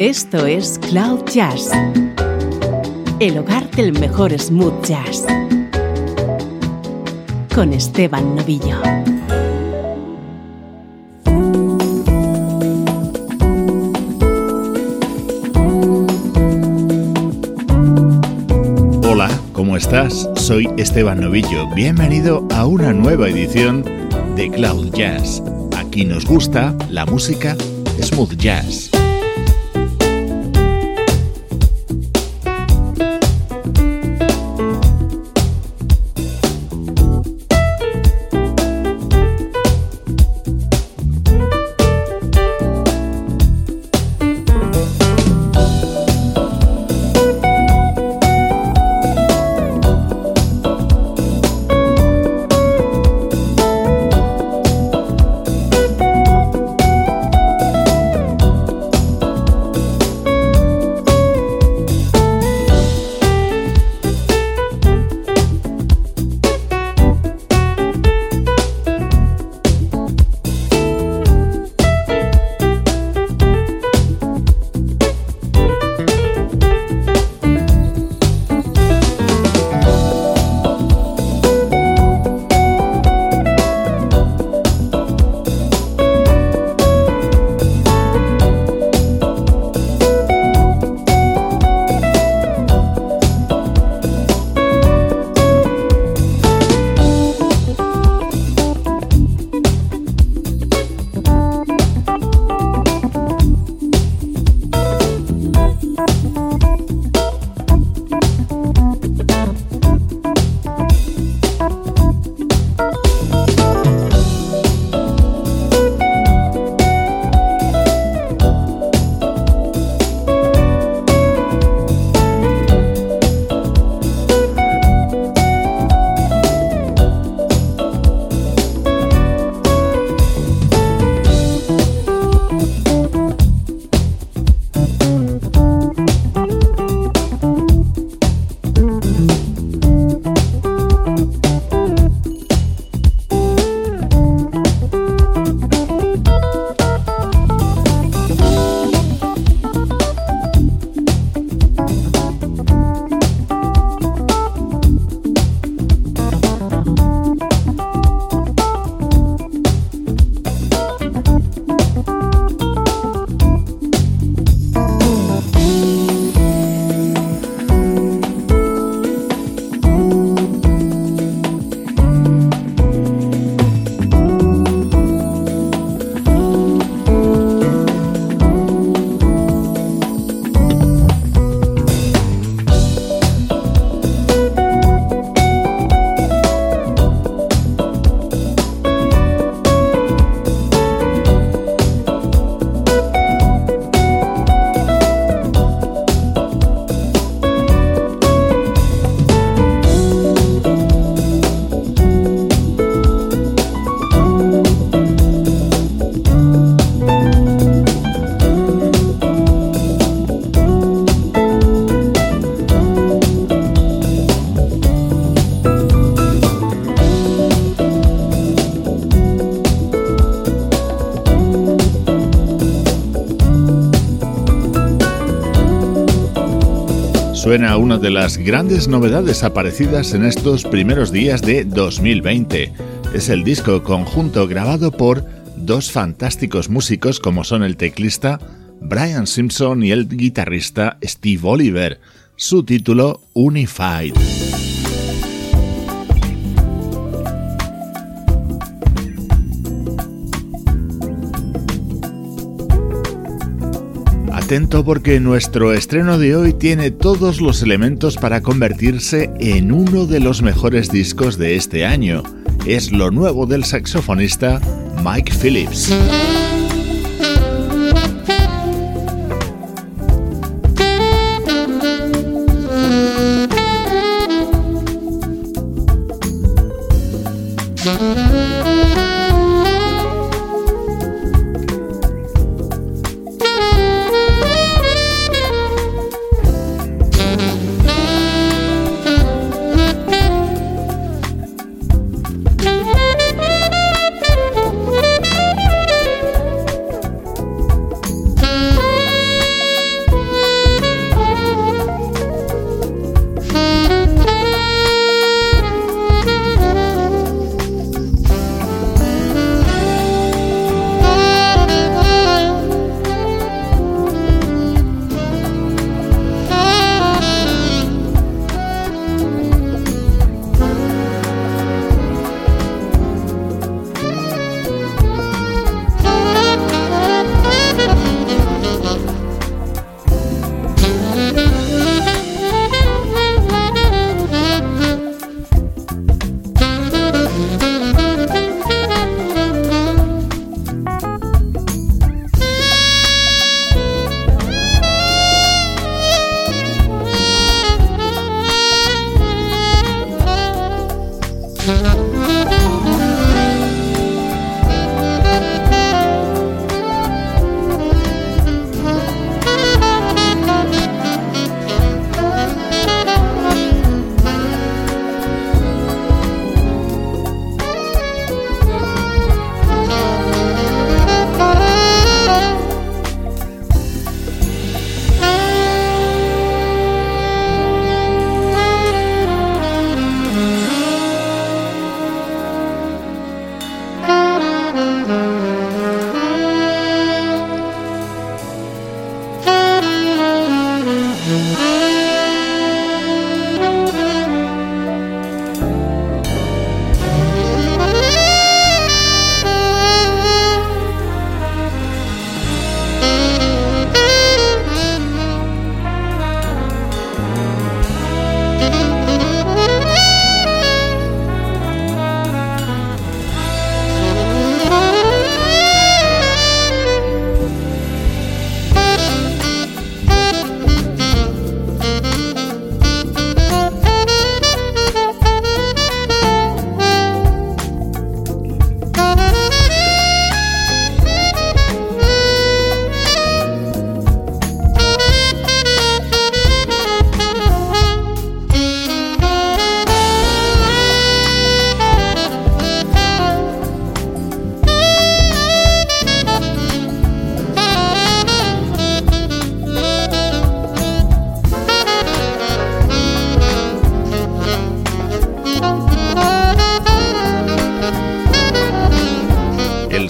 Esto es Cloud Jazz, el hogar del mejor smooth jazz, con Esteban Novillo. Hola, ¿cómo estás? Soy Esteban Novillo. Bienvenido a una nueva edición de Cloud Jazz. Aquí nos gusta la música smooth jazz. Suena una de las grandes novedades aparecidas en estos primeros días de 2020. Es el disco conjunto grabado por dos fantásticos músicos como son el teclista Brian Simpson y el guitarrista Steve Oliver. Su título, Unified. Atento porque nuestro estreno de hoy tiene todos los elementos para convertirse en uno de los mejores discos de este año. Es lo nuevo del saxofonista Mike Phillips.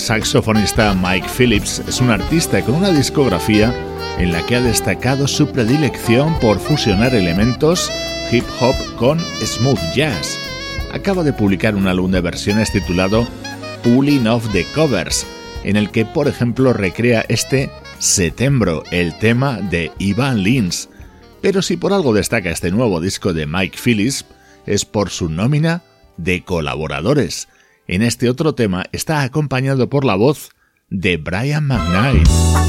saxofonista Mike Phillips es un artista con una discografía en la que ha destacado su predilección por fusionar elementos hip hop con smooth jazz. Acaba de publicar un álbum de versiones titulado Pulling Off the Covers, en el que, por ejemplo, recrea este Setembro, el tema de Ivan Lins. Pero si por algo destaca este nuevo disco de Mike Phillips, es por su nómina de colaboradores. En este otro tema está acompañado por la voz de Brian McKnight.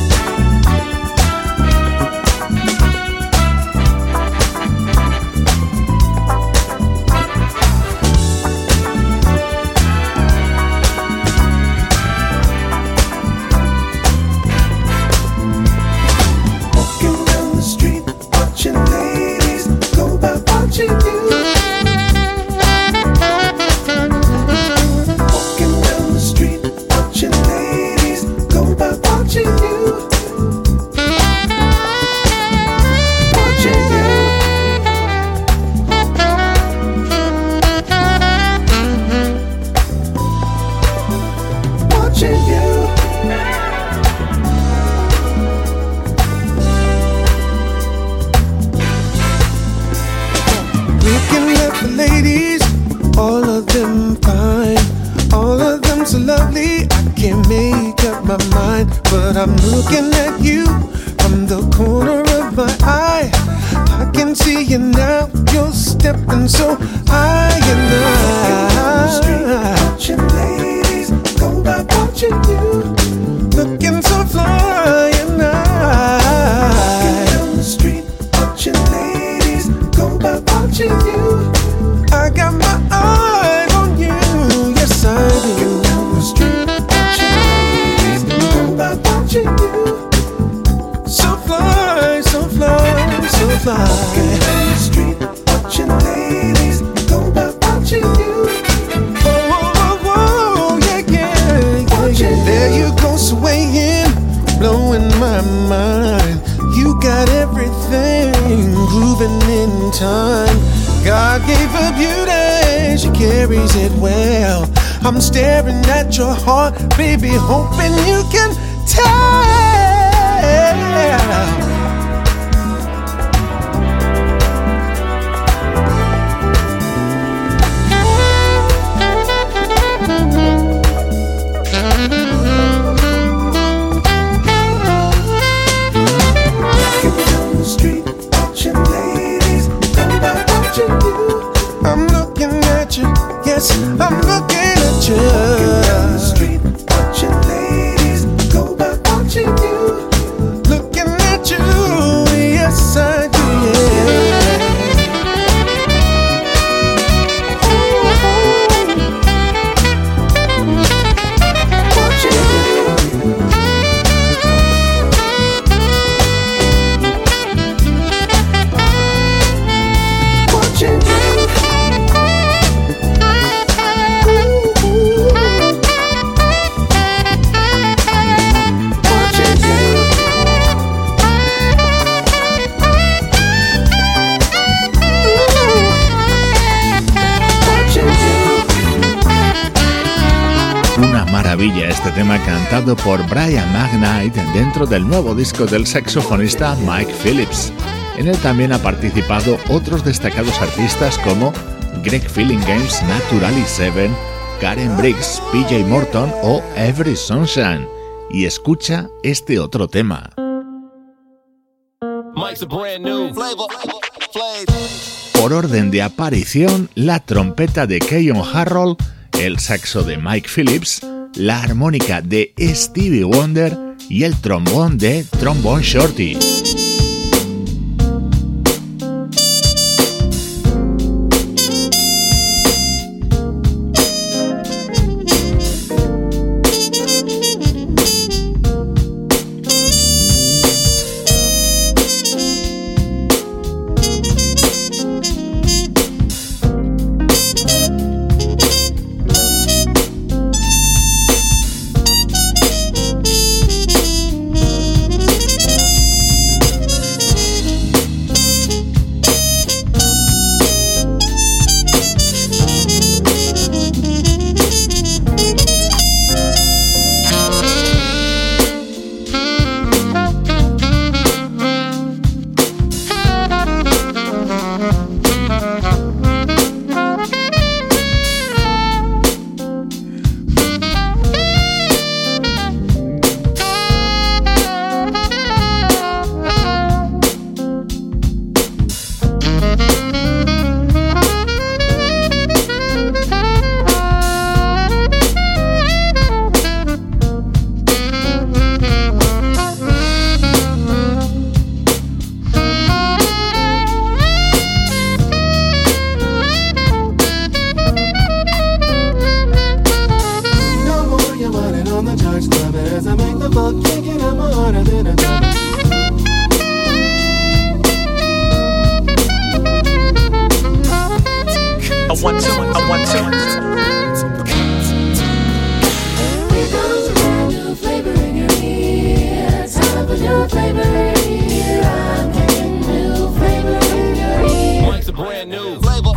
I'm staring at your heart, baby, hoping you can tell. I'm looking at you, yes, I'm looking at you. Walking down the street, watching ladies go by watching you. Looking at you, yes I do, yeah. Watching you. Watching you. Una maravilla este tema cantado por Brian McKnight dentro del nuevo disco del saxofonista Mike Phillips. En él también ha participado otros destacados artistas como Greg Fillingames, Naturally Seven, Karen Briggs, PJ Morton o Every Sunshine. Y escucha este otro tema. Por orden de aparición, la trompeta de Keyon Harrold, el saxo de Mike Phillips, la armónica de Stevie Wonder y el trombón de Trombone Shorty. it as I make the fuck, thinking I'm harder than another. I want to. Here comes a brand new flavor in your ear. Time for new flavor in your ear. I'm getting new flavor in your ear. Mike's a brand new flavor.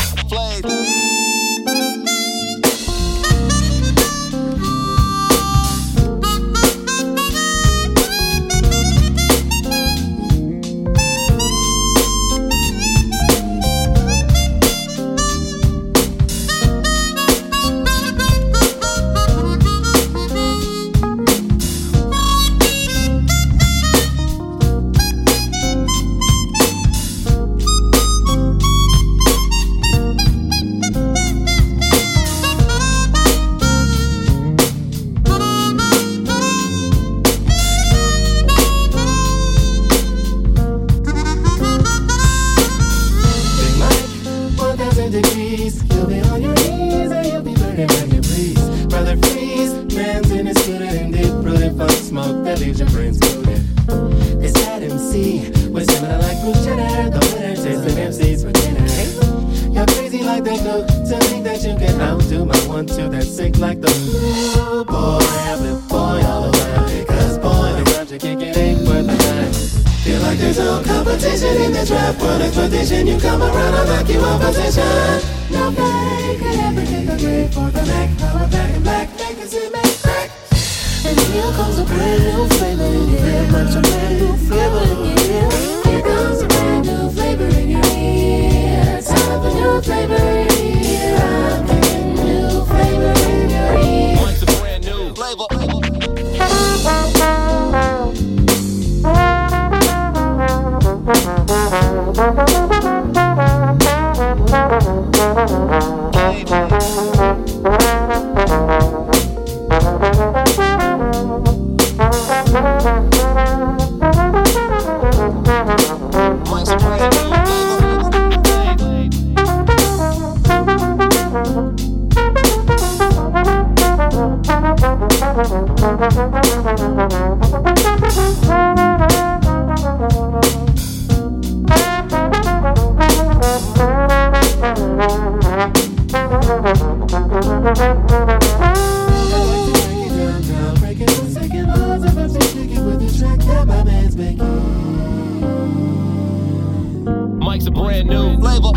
Mike's a brand new flavor.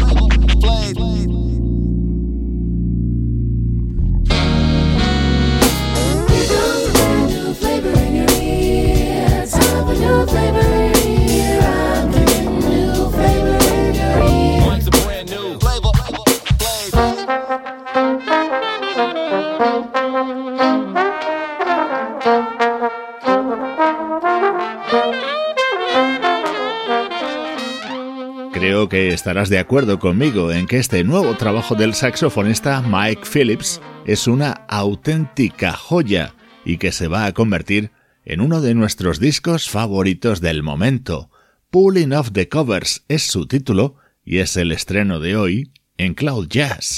Creo que estarás de acuerdo conmigo en que este nuevo trabajo del saxofonista Mike Phillips es una auténtica joya y que se va a convertir en uno de nuestros discos favoritos del momento. Pulling Off the Covers es su título y es el estreno de hoy en Cloud Jazz.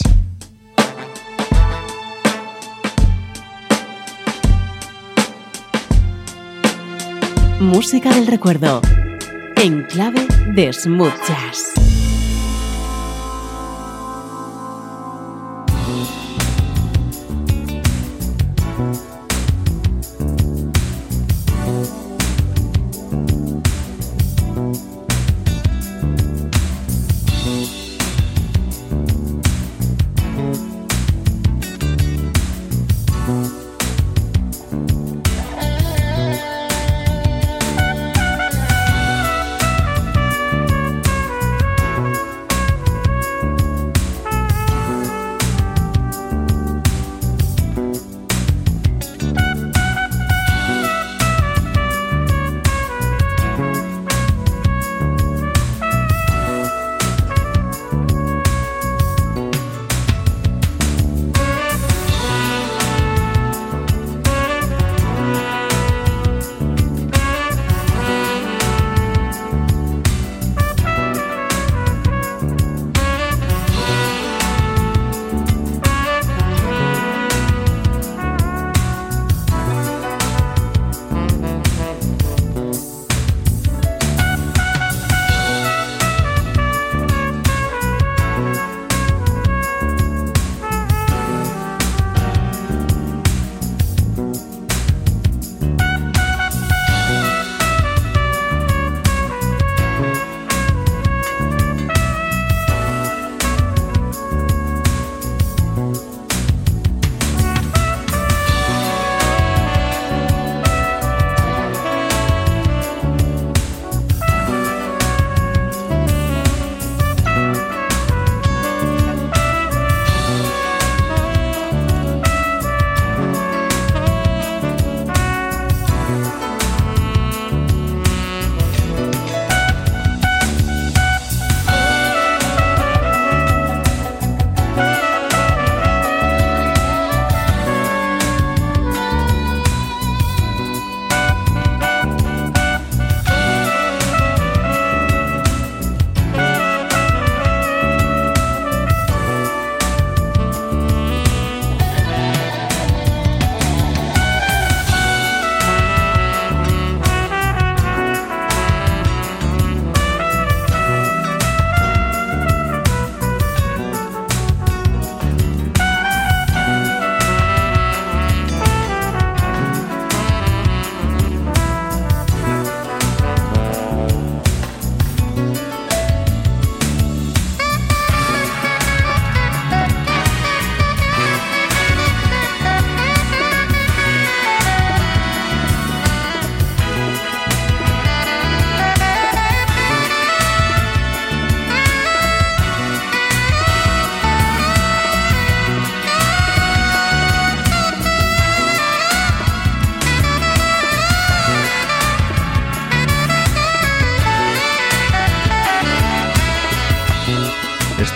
Música del recuerdo en clave de smooth jazz.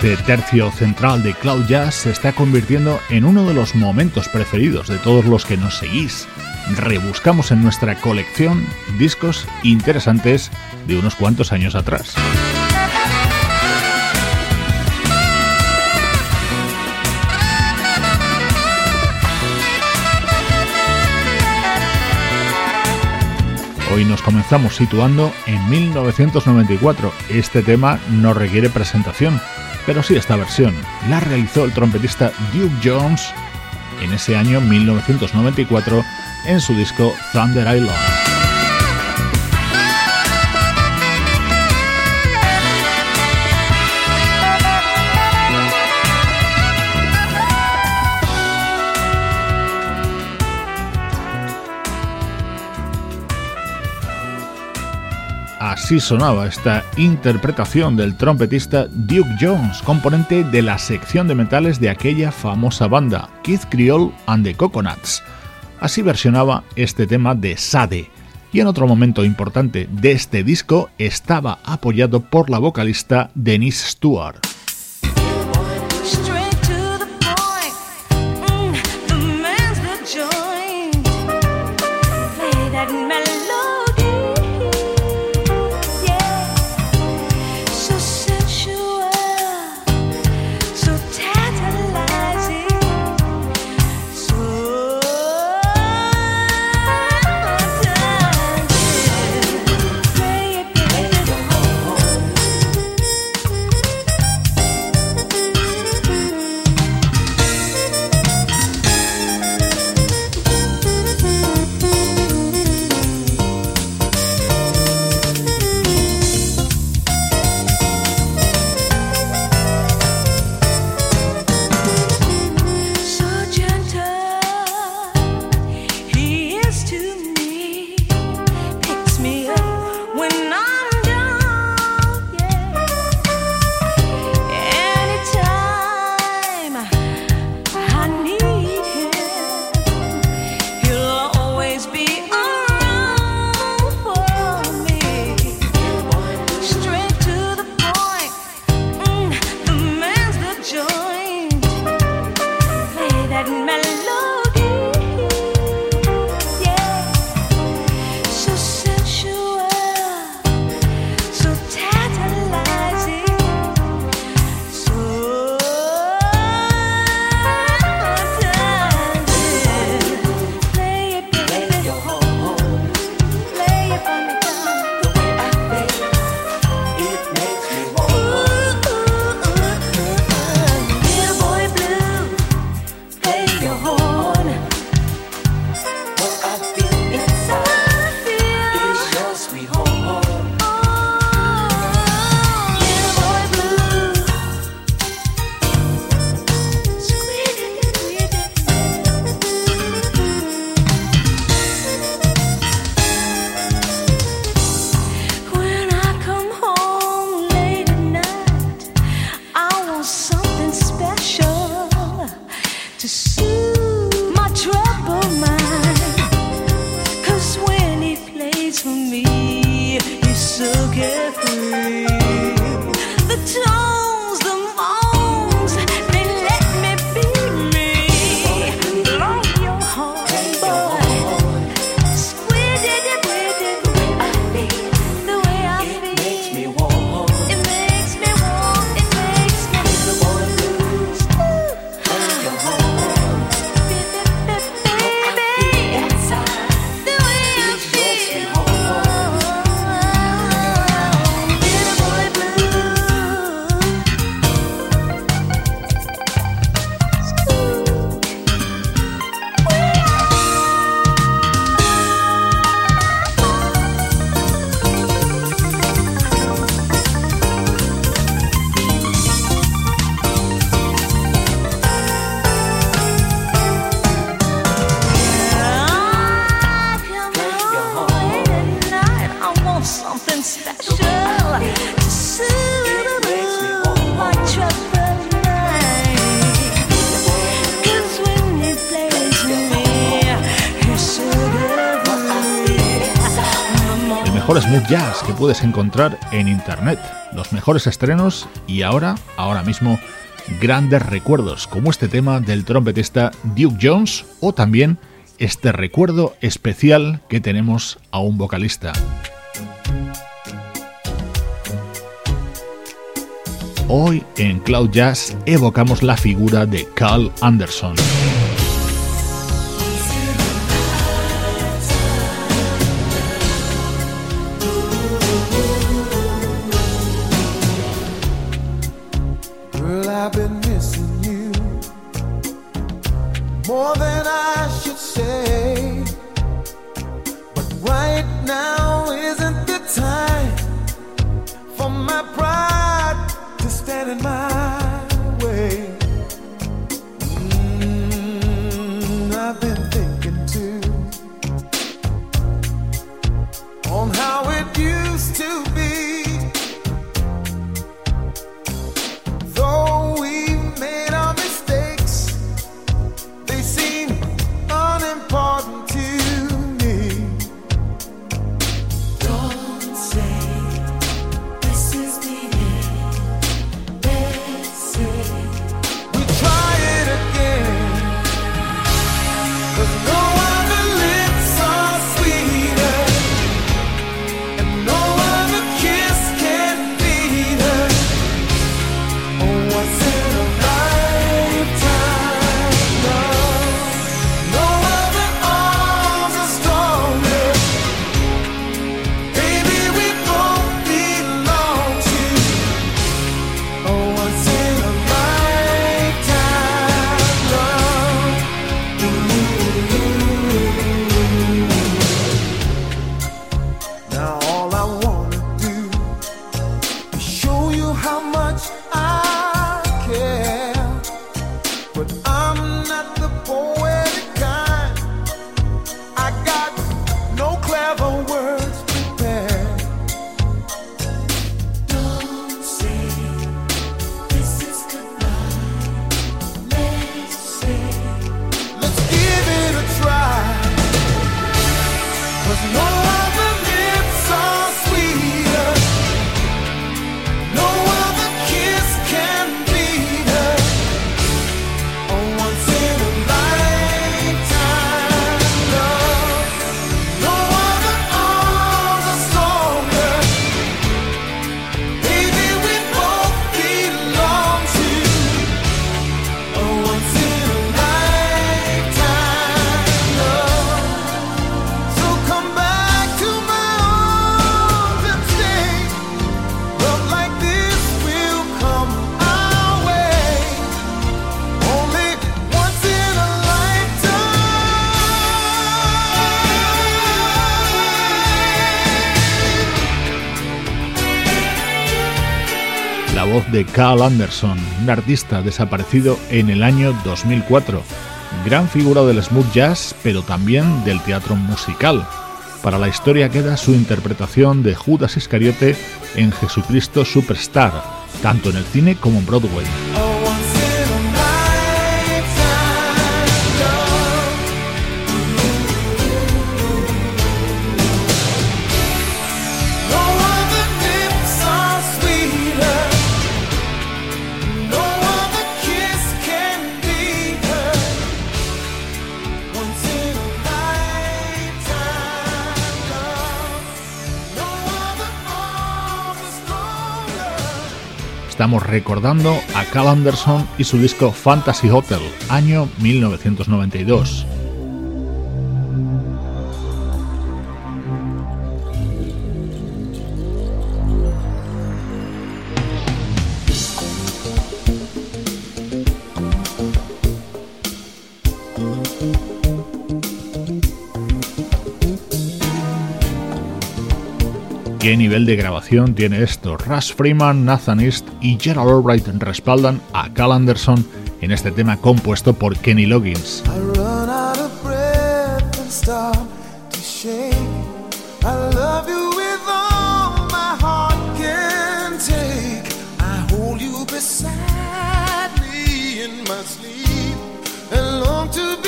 Este tercio central de Cloud Jazz se está convirtiendo en uno de los momentos preferidos de todos los que nos seguís. Rebuscamos en nuestra colección discos interesantes de unos cuantos años atrás. Hoy nos comenzamos situando en 1994. Este tema no requiere presentación, pero sí esta versión. La realizó el trompetista Duke Jones en ese año 1994 en su disco Thunder Island. Así sonaba esta interpretación del trompetista Duke Jones, componente de la sección de metales de aquella famosa banda, Kid Creole and the Coconuts. Así versionaba este tema de Sade, y en otro momento importante de este disco estaba apoyado por la vocalista Denise Stewart. mejor smooth jazz que puedes encontrar en internet, los mejores estrenos y ahora mismo, grandes recuerdos como este tema del trompetista Duke Jones o también este recuerdo especial que tenemos a un vocalista. Hoy en Cloud Jazz evocamos la figura de Carl Anderson. I've been missing you more than I should say, but right now isn't the time for my pride to stand in my way. I've been thinking too on how it used to be. De Carl Anderson, un artista desaparecido en el año 2004, gran figura del smooth jazz, pero también del teatro musical. Para la historia queda su interpretación de Judas Iscariote en Jesucristo Superstar, tanto en el cine como en Broadway. Estamos recordando a Carl Anderson y su disco Fantasy Hotel, año 1992. ¿Qué nivel de grabación tiene esto? Russ Freeman, Nathan East y Gerald Albright respaldan a Carl Anderson en este tema compuesto por Kenny Loggins.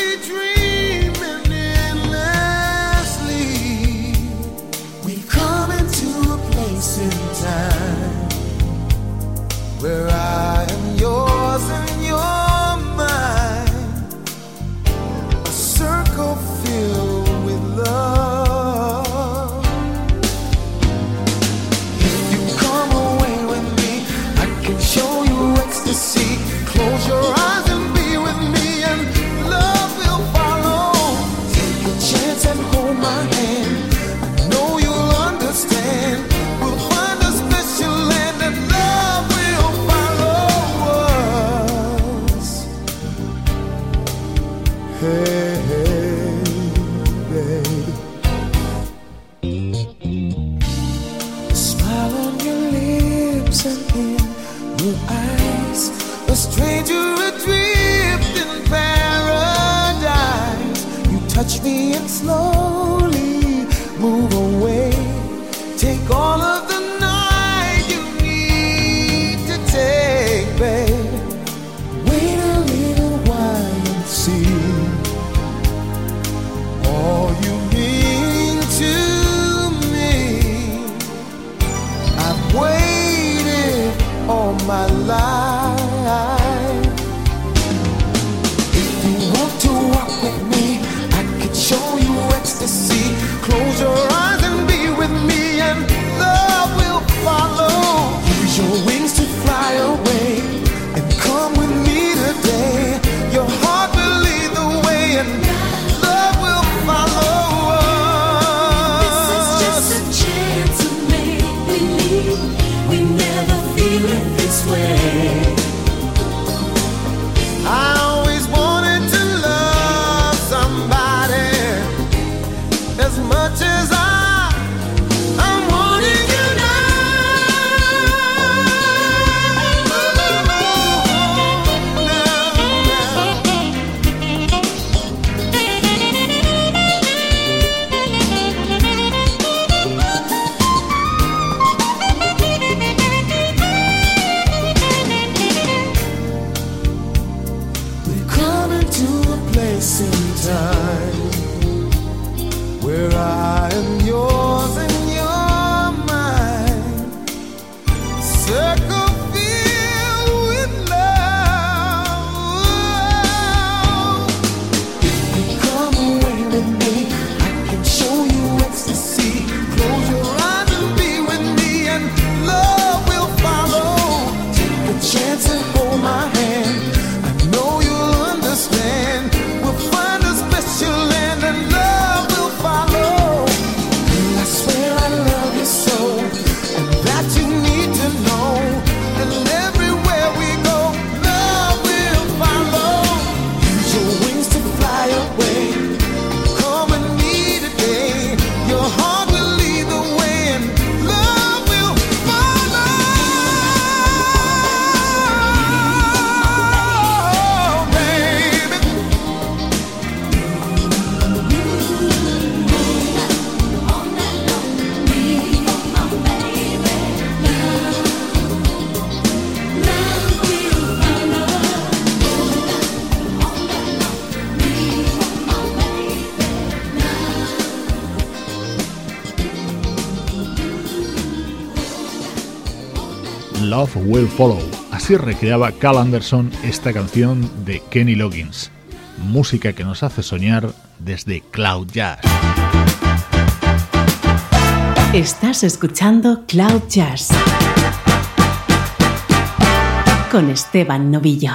Come my hand. I know you'll understand. We'll find a special land and love will follow us. Hey, hey, babe. The smile on your lips and in your eyes, a stranger adrift in paradise. You touch me and slowly move away. Take all of the night you need to take, babe. Wait a little while and see all you mean to me. I've waited all my life. If you want to walk with me, I could show you ecstasy. Close your eyes and be with me, and love will follow. Use your wings to fly away and come with me today. Your heart will lead the way, and love will follow us. This is just a chance to make believe. We never feel it this way. I always wanted to love somebody as much as I'm wanting you We're coming to a place in time where I am yours and you're mine. Circle filled with love. If you come away with me, I can show you ecstasy. Close your eyes and be with me, and love will follow. Take a chance and hold my hand. I know you'll understand. We'll find a special land and love will follow. Girl, I swear I love you so, and that you need to know. And everywhere we go, love will follow. Use your wings to fly away. Come with me today. Your heart will lead the way, and love will follow. Baby. Love Will Follow. Así recreaba Carl Anderson esta canción de Kenny Loggins. Música que nos hace soñar desde Cloud Jazz. Estás escuchando Cloud Jazz con Esteban Novillo.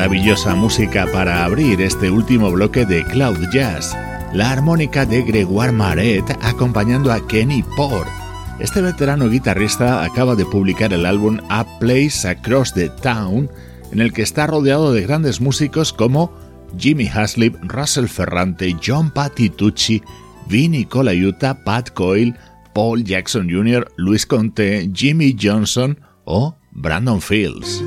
maravillosa música para abrir este último bloque de Cloud Jazz. La armónica de Grégoire Maret acompañando a Kenny Pore. Este veterano guitarrista acaba de publicar el álbum A Place Across the Town, en el que está rodeado de grandes músicos como Jimmy Haslip, Russell Ferrante, John Patitucci, Vinnie Colaiuta, Pat Coyle, Paul Jackson Jr., Luis Conte, Jimmy Johnson o Brandon Fields.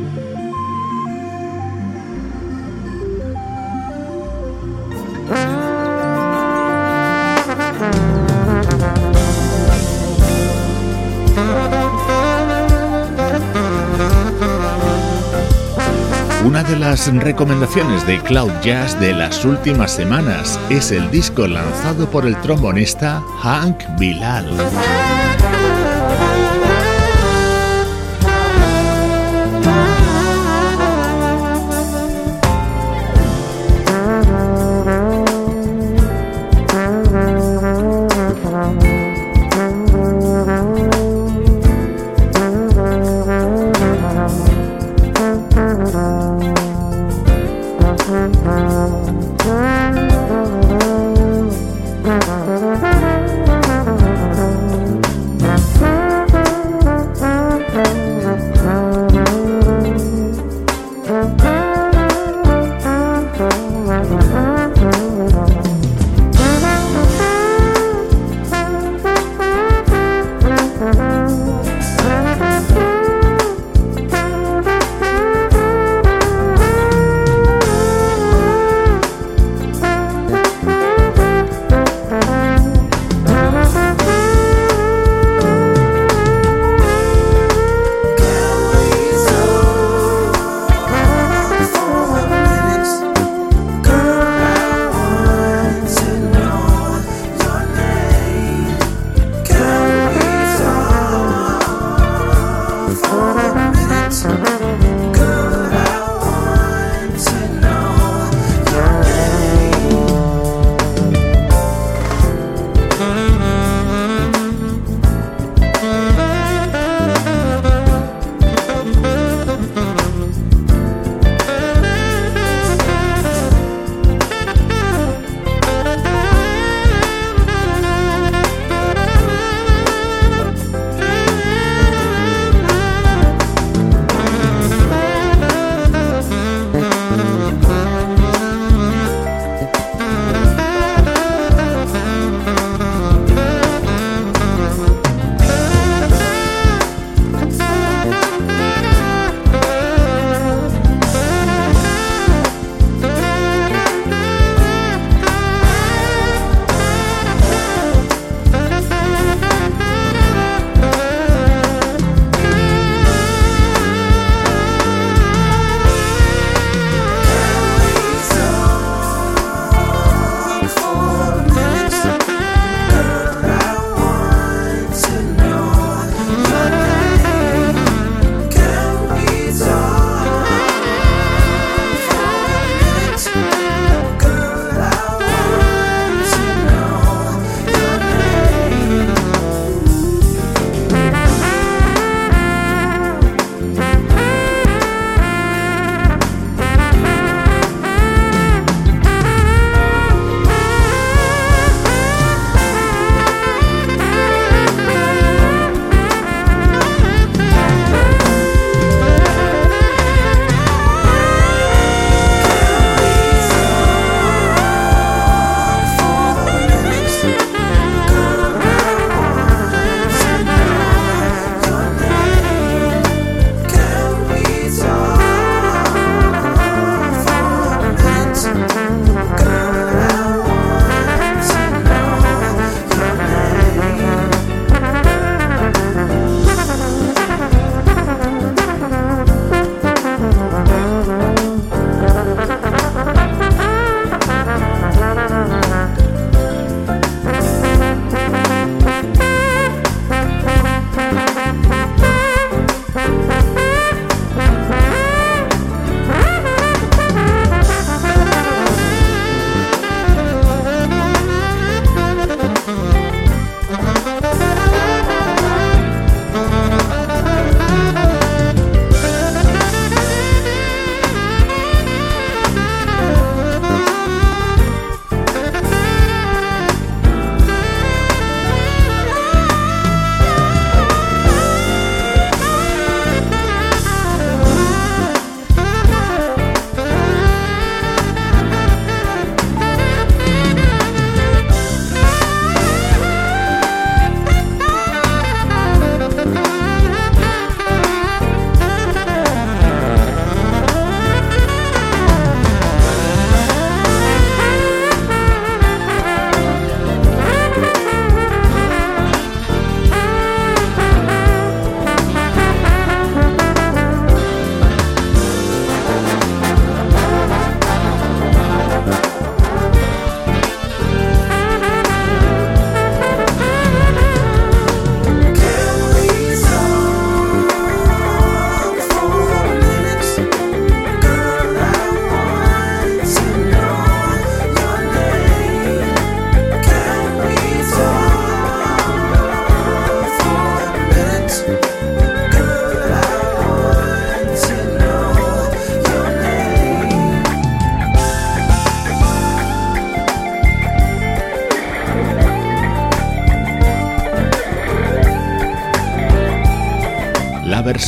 Una de las recomendaciones de Cloud Jazz de las últimas semanas es el disco lanzado por el trombonista Hank Bilal.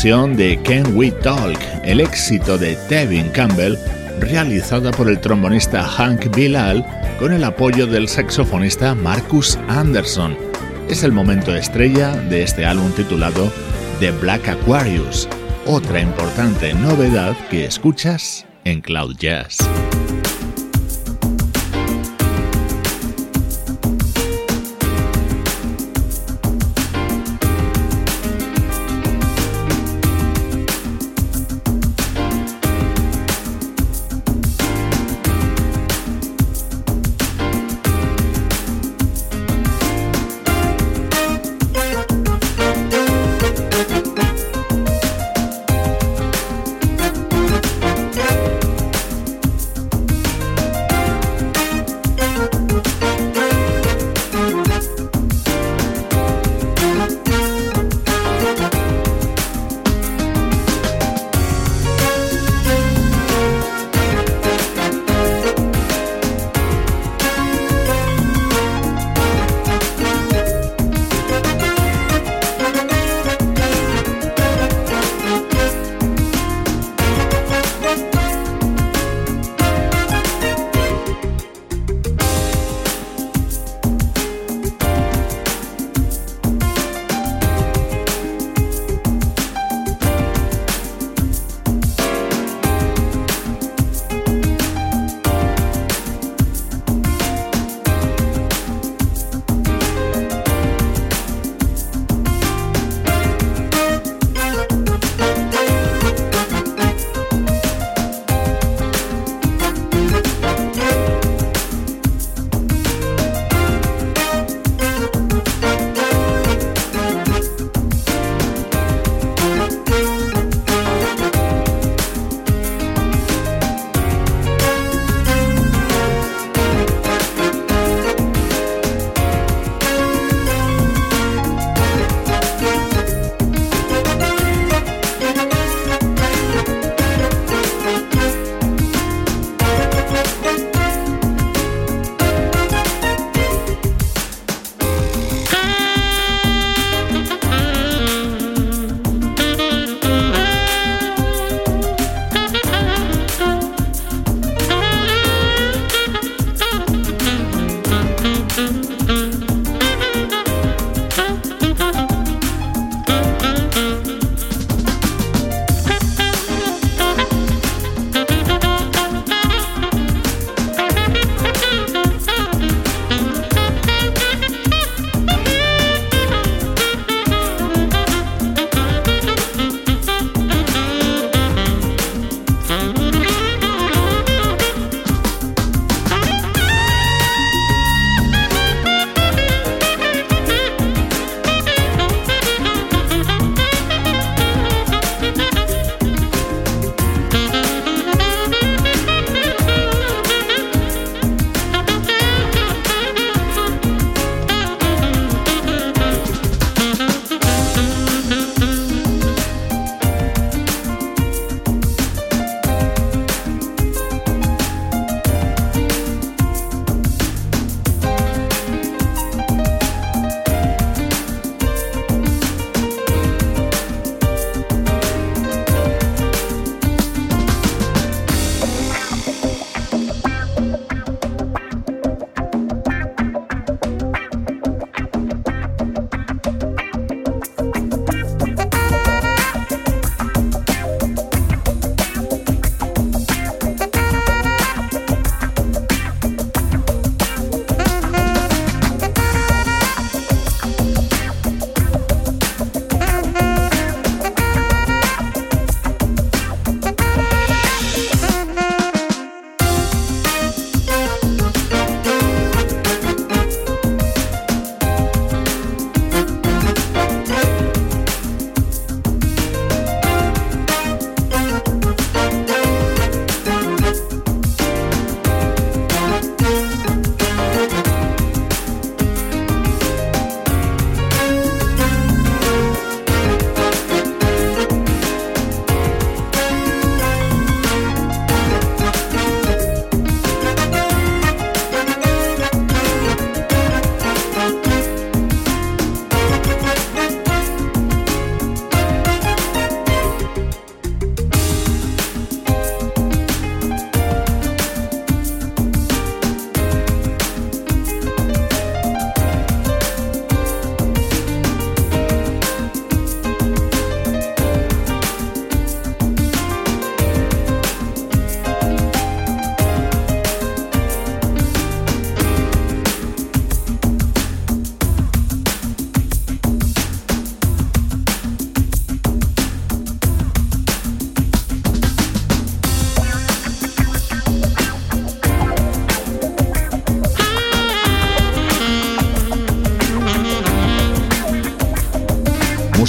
versión de Can We Talk, el éxito de Tevin Campbell, realizada por el trombonista Hank Bilal con el apoyo del saxofonista Marcus Anderson. Es el momento estrella de este álbum titulado The Black Aquarius, otra importante novedad que escuchas en Cloud Jazz.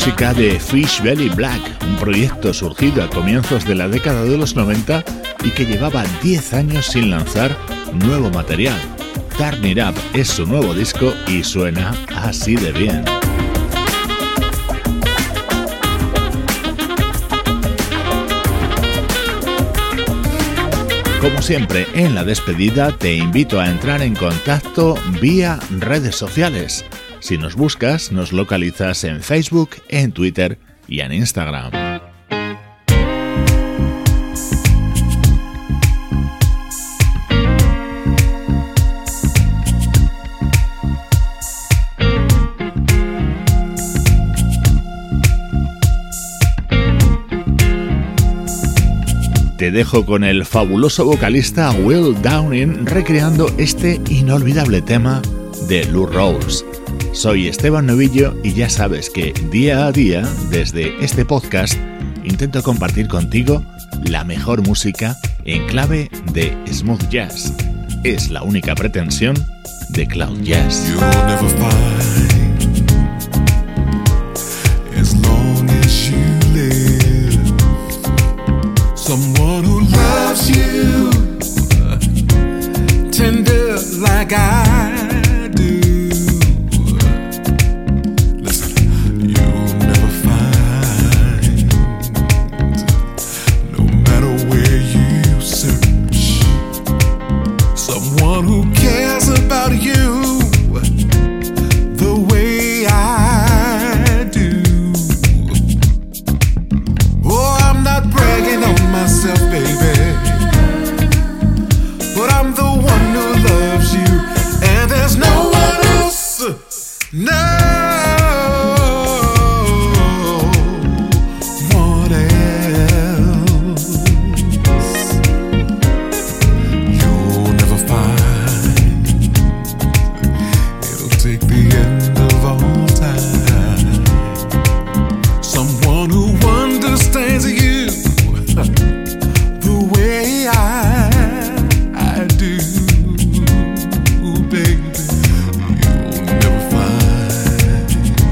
música de Fish Belly Black, un proyecto surgido a comienzos de la década de los 90 y que llevaba 10 años sin lanzar nuevo material. Turn It Up es su nuevo disco y suena así de bien. Como siempre, en la despedida te invito a entrar en contacto vía redes sociales. Si nos buscas, nos localizas en Facebook, en Twitter y en Instagram. Te dejo con el fabuloso vocalista Will Downing recreando este inolvidable tema de Lou Rawls. Soy Esteban Novillo y ya sabes que día a día, desde este podcast, intento compartir contigo la mejor música en clave de smooth jazz. Es la única pretensión de Cloud Jazz. You'll never find, as long as you live, someone who loves you tender like I do. Listen, you'll never find, no matter where you search, someone who cares about you the way I do. Oh, I'm not bragging on myself, baby, but I'm the one who loves you, and there's no one else. No one else. You'll never find, it'll take the end of all time, someone who understands you the way I do, baby. You'll never find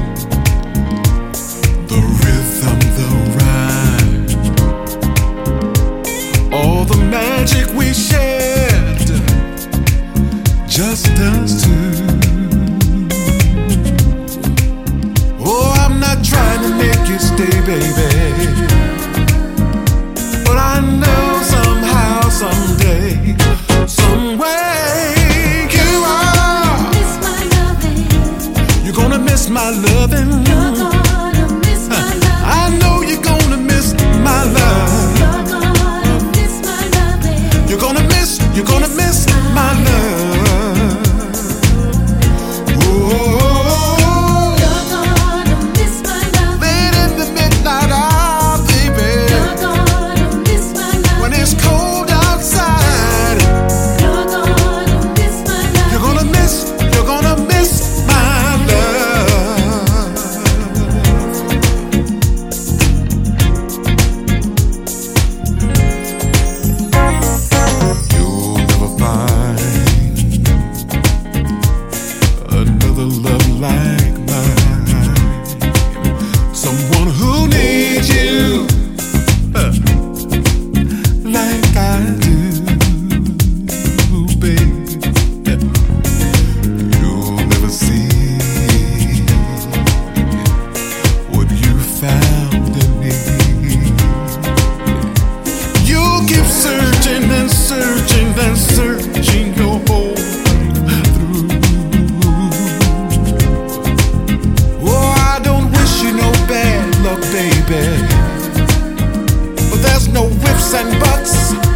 the rhythm, the rhyme, all the magic we shared, just us two. Oh, I'm not trying to make you stay, baby, but I know somehow, someday, some way, you are. Miss my loving. You're gonna miss my loving. You're gonna miss my loving. I know you're gonna miss my love. You're gonna miss my loving. You're gonna miss my love. Oh, You're gonna miss my loving. late in the midnight hour, baby, You're gonna miss my loving. when it's cold outside, You're gonna miss my loving. you're gonna miss my love. You'll never find another love like mine, someone who needs you like I do, baby. You'll never see what you found in me. You'll keep searching and searching and searching your whole life through. Oh, I don't wish you no bad luck, baby, but there's no ifs and buts.